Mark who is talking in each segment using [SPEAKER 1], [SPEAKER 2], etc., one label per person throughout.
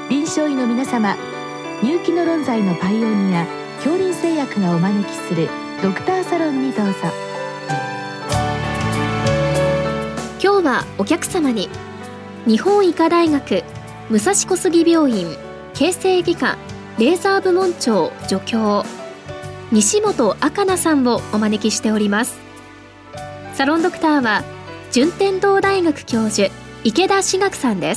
[SPEAKER 1] 臨床医の皆様、入気の論剤のパイオニア恐林製薬がお招きするドクターサロンにどうぞ。
[SPEAKER 2] 今日はお客様に日本医科大学武蔵小杉病院形成外科レーザー部門長助教西本赤奈さんをお招きしております。サロンドクターは順天堂大学教授池田志学さんです。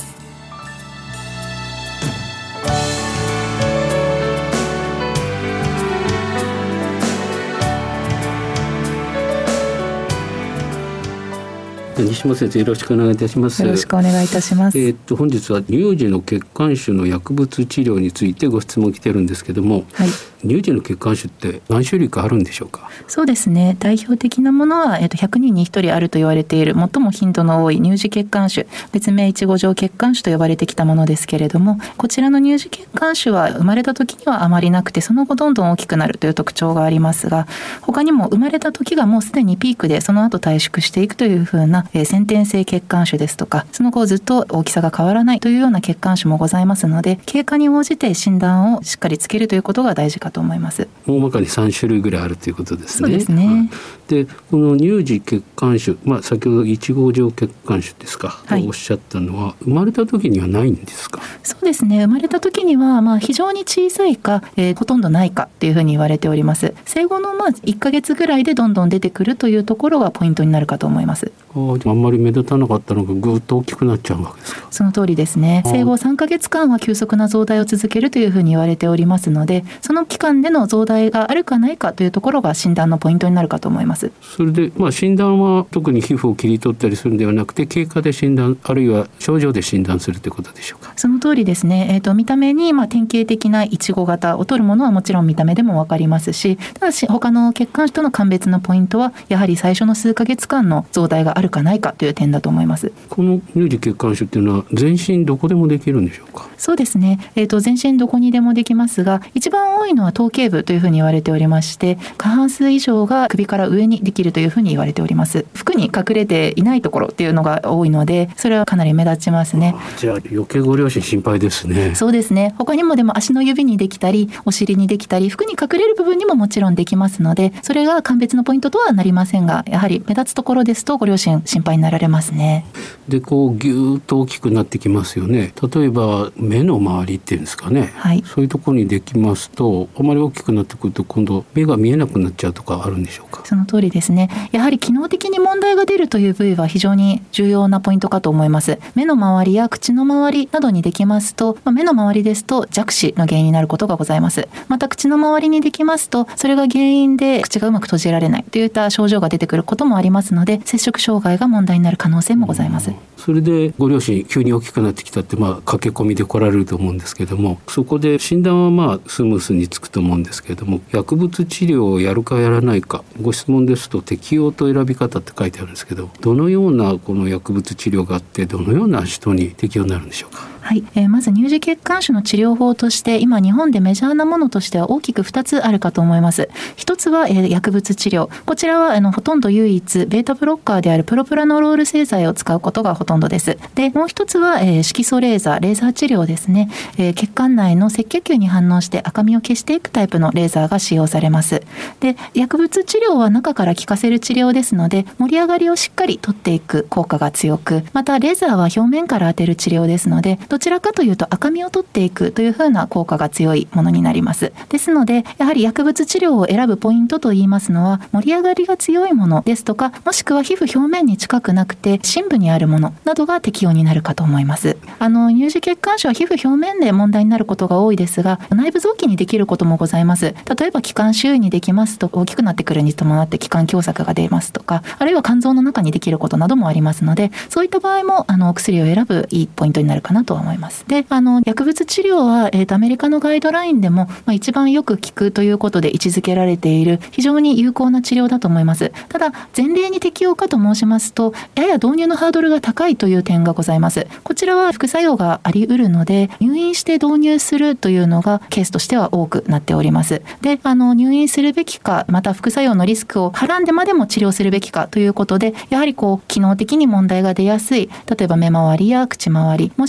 [SPEAKER 3] 西本先生、よろしくお願いいたします。
[SPEAKER 4] よろしくお願いいたします。
[SPEAKER 3] 本日は乳児の血管腫の薬物治療についてご質問来てるんですけども、はい、乳児の血管腫って何種類かあるんでしょうか？
[SPEAKER 4] そうですね、代表的なものは、100人に1人あると言われている最も頻度の多い乳児血管腫、別名1号状血管腫と呼ばれてきたものですけれども、こちらの乳児血管腫は生まれた時にはあまりなくて、その後どんどん大きくなるという特徴がありますが、他にも生まれた時がもうすでにピークでその後退縮していくというふうな先天性血管腫ですとか、その後ずっと大きさが変わらないというような血管腫もございますので、経過に応じて診断をしっかりつけるということが大事かと思います。
[SPEAKER 3] 大まかに3種類ぐらいあるということですね。
[SPEAKER 4] そうですね。
[SPEAKER 3] で、この乳児血管腫、先ほど1号状血管腫ですか、はい、とおっしゃったのは生まれた時にはないんですか？
[SPEAKER 4] そうですね、生まれた時には非常に小さいか、ほとんどないかというふうに言われております。生後の1ヶ月ぐらいでどんどん出てくるというところがポイントになるかと思います。
[SPEAKER 3] あんまり目立たなかったのがぐっと大きくなっちゃうわけですか？
[SPEAKER 4] その通りですね。生後3ヶ月間は急速な増大を続けるというふうに言われておりますので、その期間での増大があるかないかというところが診断のポイントになるかと思います。
[SPEAKER 3] それで、診断は特に皮膚を切り取ったりするのではなくて、経過で診断、あるいは症状で診断するということでしょうか？
[SPEAKER 4] その通りですね。見た目に典型的なイチゴ型を取るものはもちろん見た目でも分かりますし、ただし他の血管腫との鑑別のポイントはやはり最初の数ヶ月間の増大があるかないかという点だと思います。
[SPEAKER 3] この乳児血管腫っていうのは全身どこでもできるんでしょうか？
[SPEAKER 4] そうですね、全身どこにでもできますが、一番多いのは頭頸部というふうに言われておりまして、過半数以上が首から上にできるというふうに言われております。服に隠れていないところっていうのが多いので、それはかなり目立ちますね。
[SPEAKER 3] じゃあ余計ご両親心配ですね。
[SPEAKER 4] そうですね。他にもでも足の指にできたり、お尻にできたり、服に隠れる部分にももちろんできますので、それが鑑別のポイントとはなりませんが、やはり目立つところですとご両親心配になられますね。
[SPEAKER 3] で、ギューッと大きくなってきますよね。例えば目の周りっていうんですかね、はい、そういうところにできますと、あまり大きくなってくると今度目が見えなくなっちゃうとかあるんでしょうか？
[SPEAKER 4] その通りですね。やはり機能的に問題が出るという部位は非常に重要なポイントかと思います。目の周りや口の周りなどにできますと、目の周りですと弱視の原因になることがございます。また口の周りにできますと、それが原因で口がうまく閉じられないといった症状が出てくることもありますので、摂食障害が問題になる可能性もございます。
[SPEAKER 3] それでご両親急に大きくなってきたって駆け込みで来られると思うんですけども、そこで診断はスムースにつくと思うんですけれども、薬物治療をやるかやらないか、ご質問ですと適用と選び方って書いてあるんですけど、どのようなこの薬物治療があって、どのような人に適用になるんでしょうか？
[SPEAKER 4] はい、まず乳児血管腫の治療法として今日本でメジャーなものとしては大きく2つあるかと思います。一つは、薬物治療、こちらはほとんど唯一ベータブロッカーであるプロプラノロール製剤を使うことがほとんどです。で、もう一つは、色素レーザー治療ですね。血管内の赤血球に反応して赤みを消していくタイプのレーザーが使用されます。で、薬物治療は中から効かせる治療ですので、盛り上がりをしっかり取っていく効果が強く、またレーザーは表面から当てる治療ですので、どちらかというと赤みを取っていくというふうな効果が強いものになります。ですので、やはり薬物治療を選ぶポイントといいますのは、盛り上がりが強いものですとか、もしくは皮膚表面に近くなくて深部にあるものなどが適用になるかと思います。乳児血管腫は皮膚表面で問題になることが多いですが、内部臓器にできることもございます。例えば気管周囲にできますと、大きくなってくるに伴って気管狭窄が出ますとか、あるいは肝臓の中にできることなどもありますので、そういった場合もお薬を選ぶいいポイントになるかなとは思います。で、薬物治療は、アメリカのガイドラインでも、一番よく効くということで位置づけられている非常に有効な治療だと思います。ただ前例に適用かと申しますと、やや導入のハードルが高いという点がございます。こちらは副作用があり得るので、入院して導入するというのがケースとしては多くなっております。で、入院するべきか、また副作用のリスクをはらんでまでも治療するべきかということで、やはり機能的に問題が出やすい、例えば目周りや口周り、もしくは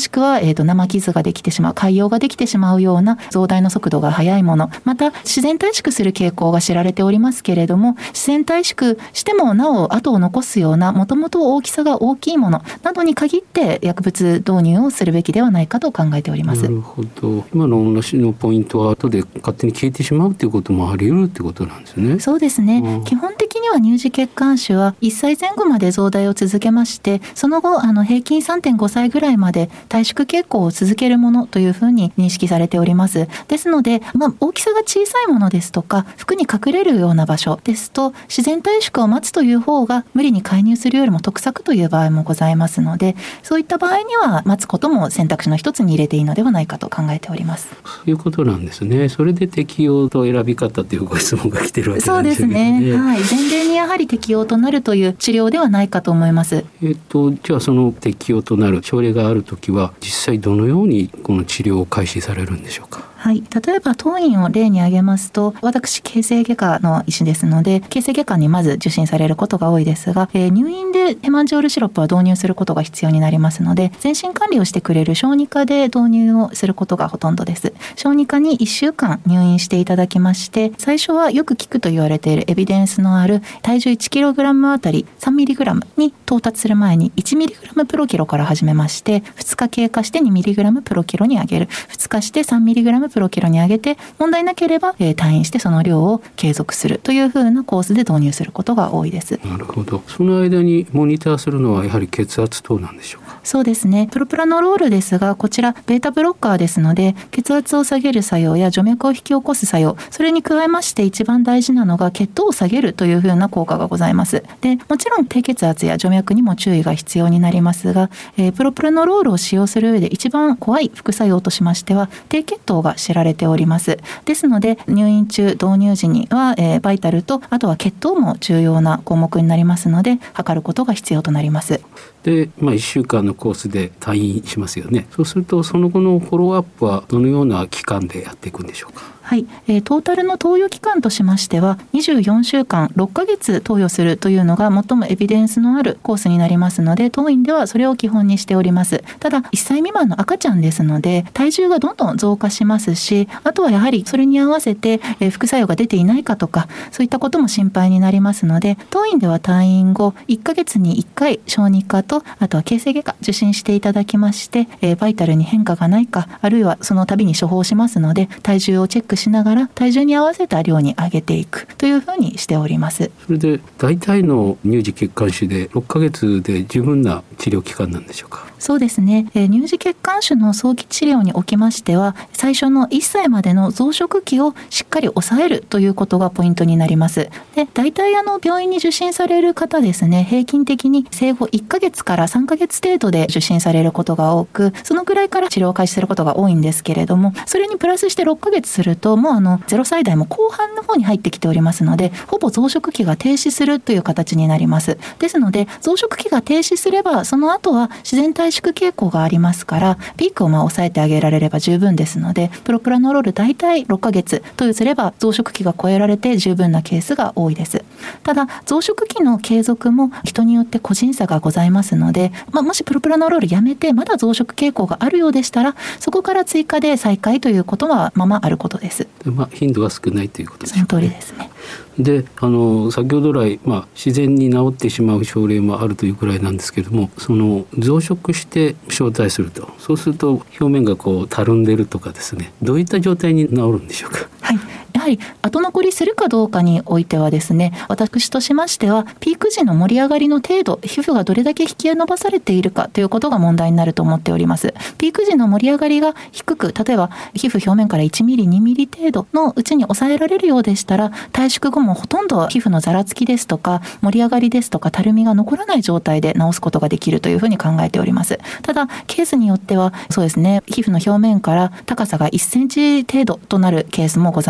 [SPEAKER 4] 生傷ができてしまう、潰瘍ができてしまうような増大の速度が速いもの、また自然退縮する傾向が知られておりますけれども、自然退縮してもなお後を残すようなもともと大きさが大きいものなどに限って薬物導入をするべきではないかと考えております。
[SPEAKER 3] なるほど。今のお話のポイントは後で勝手に消えてしまうということもあり得るということなんですね。
[SPEAKER 4] そうですね、基本的には乳児血管腫は1歳前後まで増大を続けまして、その後平均 3.5 歳ぐらいまで退縮傾向を続けるものというふうに認識されております。ですので、大きさが小さいものですとか服に隠れるような場所ですと、自然退縮を待つという方が無理に介入するよりも得策という場合もございますので、そういった場合には待つことも選択肢の一つに入れていいのではないかと考えております。
[SPEAKER 3] そういうことなんですね。それで適用と選び方というご質問が来てるわけ
[SPEAKER 4] そうで
[SPEAKER 3] なんですけど
[SPEAKER 4] すね、はい、前例にやはり適用となるという治療ではないかと思います。
[SPEAKER 3] じゃあその適用となる症例があるときは実際どのようにこの治療を開始されるんでしょうか。
[SPEAKER 4] はい、例えば当院を例に挙げますと、私形成外科の医師ですので、形成外科にまず受診されることが多いですが、入院でヘマンジオールシロップは導入することが必要になりますので、全身管理をしてくれる小児科で導入をすることがほとんどです。小児科に1週間入院していただきまして、最初はよく効くと言われているエビデンスのある体重 1kg あたり 3mg に到達する前に 1mg プロキロから始めまして、2日経過して 2mg プロキロに上げる、2日して 3mg プロキロに上げて、問題なければ退院してその量を継続するというふうなコースで導入することが多いです。
[SPEAKER 3] なるほど。その間にモニターするのはやはり血圧等なんでしょうか。
[SPEAKER 4] そうですね、プロプラノロールですが、こちらベータブロッカーですので、血圧を下げる作用や静脈を引き起こす作用、それに加えまして一番大事なのが血糖を下げるというふうな効果がございます。でもちろん低血圧や静脈にも注意が必要になりますが、プロプラノロールを使用する上で一番怖い副作用としましては低血糖が知られております。ですので入院中導入時には、バイタルとあとは血糖も重要な項目になりますので、測ることが必要となります。
[SPEAKER 3] で、1週間のコースで退院しますよね。そうするとその後のフォローアップはどのような期間でやっていくんでしょうか。
[SPEAKER 4] はい、トータルの投与期間としましては24週間6ヶ月投与するというのが最もエビデンスのあるコースになりますので、当院ではそれを基本にしております。ただ1歳未満の赤ちゃんですので体重がどんどん増加しますし、あとはやはりそれに合わせて副作用が出ていないかとか、そういったことも心配になりますので、当院では退院後1ヶ月に1回小児科とあとは形成外科受診していただきまして、バイタルに変化がないか、あるいはその度に処方しますので体重をチェックしながら体重に合わせた量に上げていくというふうにしております。
[SPEAKER 3] それで大体の乳児血管腫で6ヶ月で十分な治療期間なんでしょうか。
[SPEAKER 4] そうですね、乳児血管腫の早期治療におきましては、最初の1歳までの増殖期をしっかり抑えるということがポイントになります。で、大体病院に受診される方ですね、平均的に生後1ヶ月から3ヶ月程度で受診されることが多く、そのくらいから治療を開始することが多いんですけれども、それにプラスして6ヶ月するともう0歳代も後半の方に入ってきておりますので、ほぼ増殖期が停止するという形になります。ですので増殖期が停止すればその後は自然退縮傾向がありますから、ピークを抑えてあげられれば十分ですので、プロプラノロール大体6ヶ月投与すれば増殖期が超えられて十分なケースが多いです。ただ増殖期の継続も人によって個人差がございますので、もしプロプラノロールやめてまだ増殖傾向があるようでしたら、そこから追加で再開ということはあることです。
[SPEAKER 3] 頻度が少ないということでしょうか。
[SPEAKER 4] その通りですね。
[SPEAKER 3] で、先ほど来、自然に治ってしまう症例もあるというくらいなんですけれども、その増殖して小退すると、そうすると表面がたるんでるとかですね、どういった状態に治るんでしょうか。
[SPEAKER 4] はい、やはり後残りするかどうかにおいてはですね、私としましてはピーク時の盛り上がりの程度、皮膚がどれだけ引き伸ばされているかということが問題になると思っております。ピーク時の盛り上がりが低く、例えば皮膚表面から1ミリ2ミリ程度のうちに抑えられるようでしたら、退縮後もほとんど皮膚のざらつきですとか盛り上がりですとかたるみが残らない状態で治すことができるというふうに考えております。ただケースによってはそうですね、皮膚の表面から高さが1センチ程度となるケースもございます。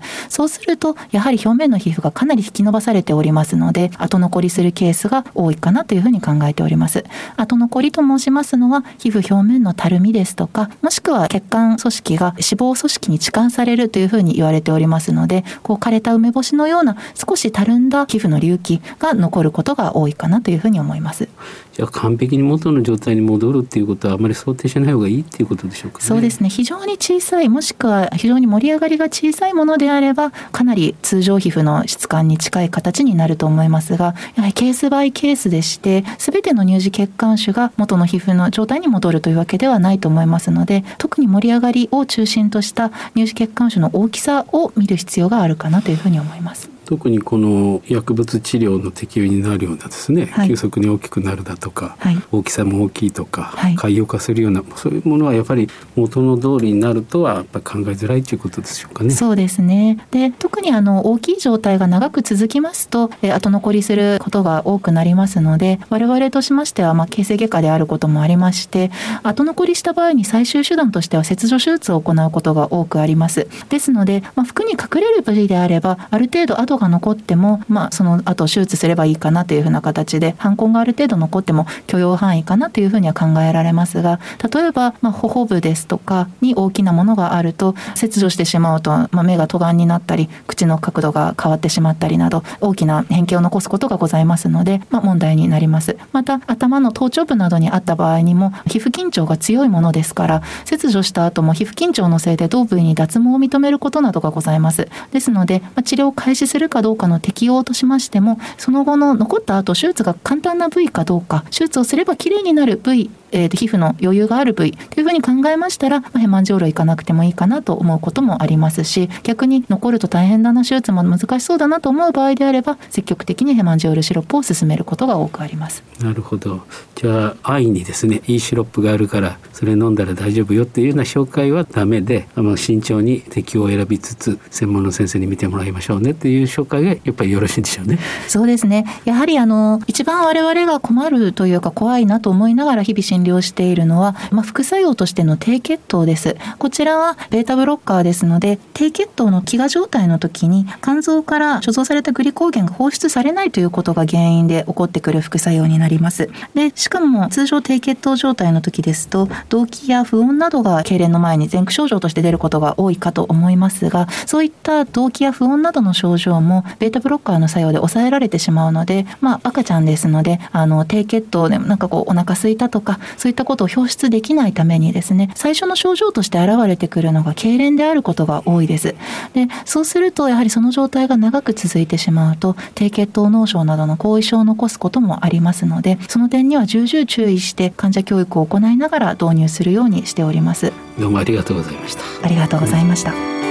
[SPEAKER 4] そうするとやはり表面の皮膚がかなり引き伸ばされておりますので、後残りするケースが多いかなというふうに考えております。後残りと申しますのは、皮膚表面のたるみですとか、もしくは血管組織が脂肪組織に置換されるというふうに言われておりますので、枯れた梅干しのような少したるんだ皮膚の隆起が残ることが多いかなというふうに思います。
[SPEAKER 3] じゃあ完璧に元の状態に戻るっていうことはあまり想定しない方がいいっていうことでしょうかね。
[SPEAKER 4] そうですね。非常に小さい、もしくは非常に盛り上がりが小さいものであれば、かなり通常皮膚の質感に近い形になると思いますが、やはりケースバイケースでして、全ての乳児血管種が元の皮膚の状態に戻るというわけではないと思いますので、特に盛り上がりを中心とした乳児血管種の大きさを見る必要があるかなというふうに思います。
[SPEAKER 3] 特にこの薬物治療の適用になるようなですね、急速に大きくなるだとか、大きさも大きいとか、潰瘍化するような、そういうものはやっぱり元の通りになるとはやっぱり考えづらいということでしょうかね。
[SPEAKER 4] そうですね。で、特に大きい状態が長く続きますと、後残りすることが多くなりますので、我々としましては形成外科であることもありまして、後残りした場合に最終手段としては切除手術を行うことが多くあります。ですので、服に隠れる部位であればある程度跡が残っても、その後手術すればいいかなというふうな形で、斑痕がある程度残っても許容範囲かなというふうには考えられますが、例えば頬部ですとかに大きなものがあると、切除してしまうと、目が戸眼になったり口の角度が変わってしまったりなど大きな変形を残すことがございますので、問題になります。また頭の頭頂部などにあった場合にも皮膚緊張が強いものですから、切除した後も皮膚緊張のせいで同部位に脱毛を認めることなどがございます。ですので、治療を開始するかどうかの適用としましても、その後の残った後手術が簡単な部位かどうか、手術をすればきれいになる部位、皮膚の余裕がある部位というふうに考えましたら、ヘマンジオール行かなくてもいいかなと思うこともありますし、逆に残ると大変だな、手術も難しそうだなと思う場合であれば、積極的にヘマンジオールシロップを勧めることが多くあります。
[SPEAKER 3] なるほど。じゃあ安易にですね、いいシロップがあるからそれ飲んだら大丈夫よっていうような紹介はダメで、慎重に適用を選びつつ専門の先生に見てもらいましょうねっていう紹介がやっぱりよろしいんでしょうね。
[SPEAKER 4] そうですね。やはり一番我々が困るというか怖いなと思いながら日々診療しているのは、副作用としての低血糖です。こちらはベータブロッカーですので、低血糖の飢餓状態の時に肝臓から貯蔵されたグリコーゲンが放出されないということが原因で起こってくる副作用になります。で、しかも通常低血糖状態の時ですと、動悸や不穏などが痙攣の前に前駆症状として出ることが多いかと思いますが、そういった動悸や不穏などの症状もベータブロッカーの作用で抑えられてしまうので、赤ちゃんですので低血糖でお腹空いたとかそういったことを表出できないためにですね、最初の症状として現れてくるのが痙攣であることが多いです。で、そうするとやはりその状態が長く続いてしまうと低血糖脳症などの後遺症を残すこともありますので、その点には重々注意して患者教育を行いながら導入するようにしております。
[SPEAKER 3] どうもありがとうございました。
[SPEAKER 4] ありがとうございました。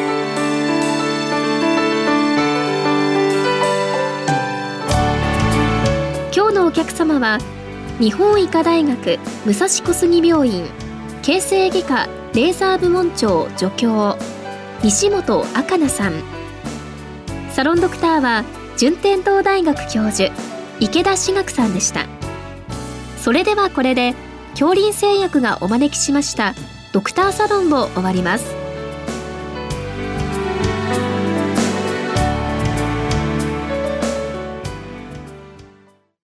[SPEAKER 2] 今日のお客様は日本医科大学武蔵小杉病院形成外科レーザー部門長助教西本赤奈さん、サロンドクターは順天堂大学教授池田志学さんでした。それではこれで京林製薬がお招きしましたドクターサロンを終わります。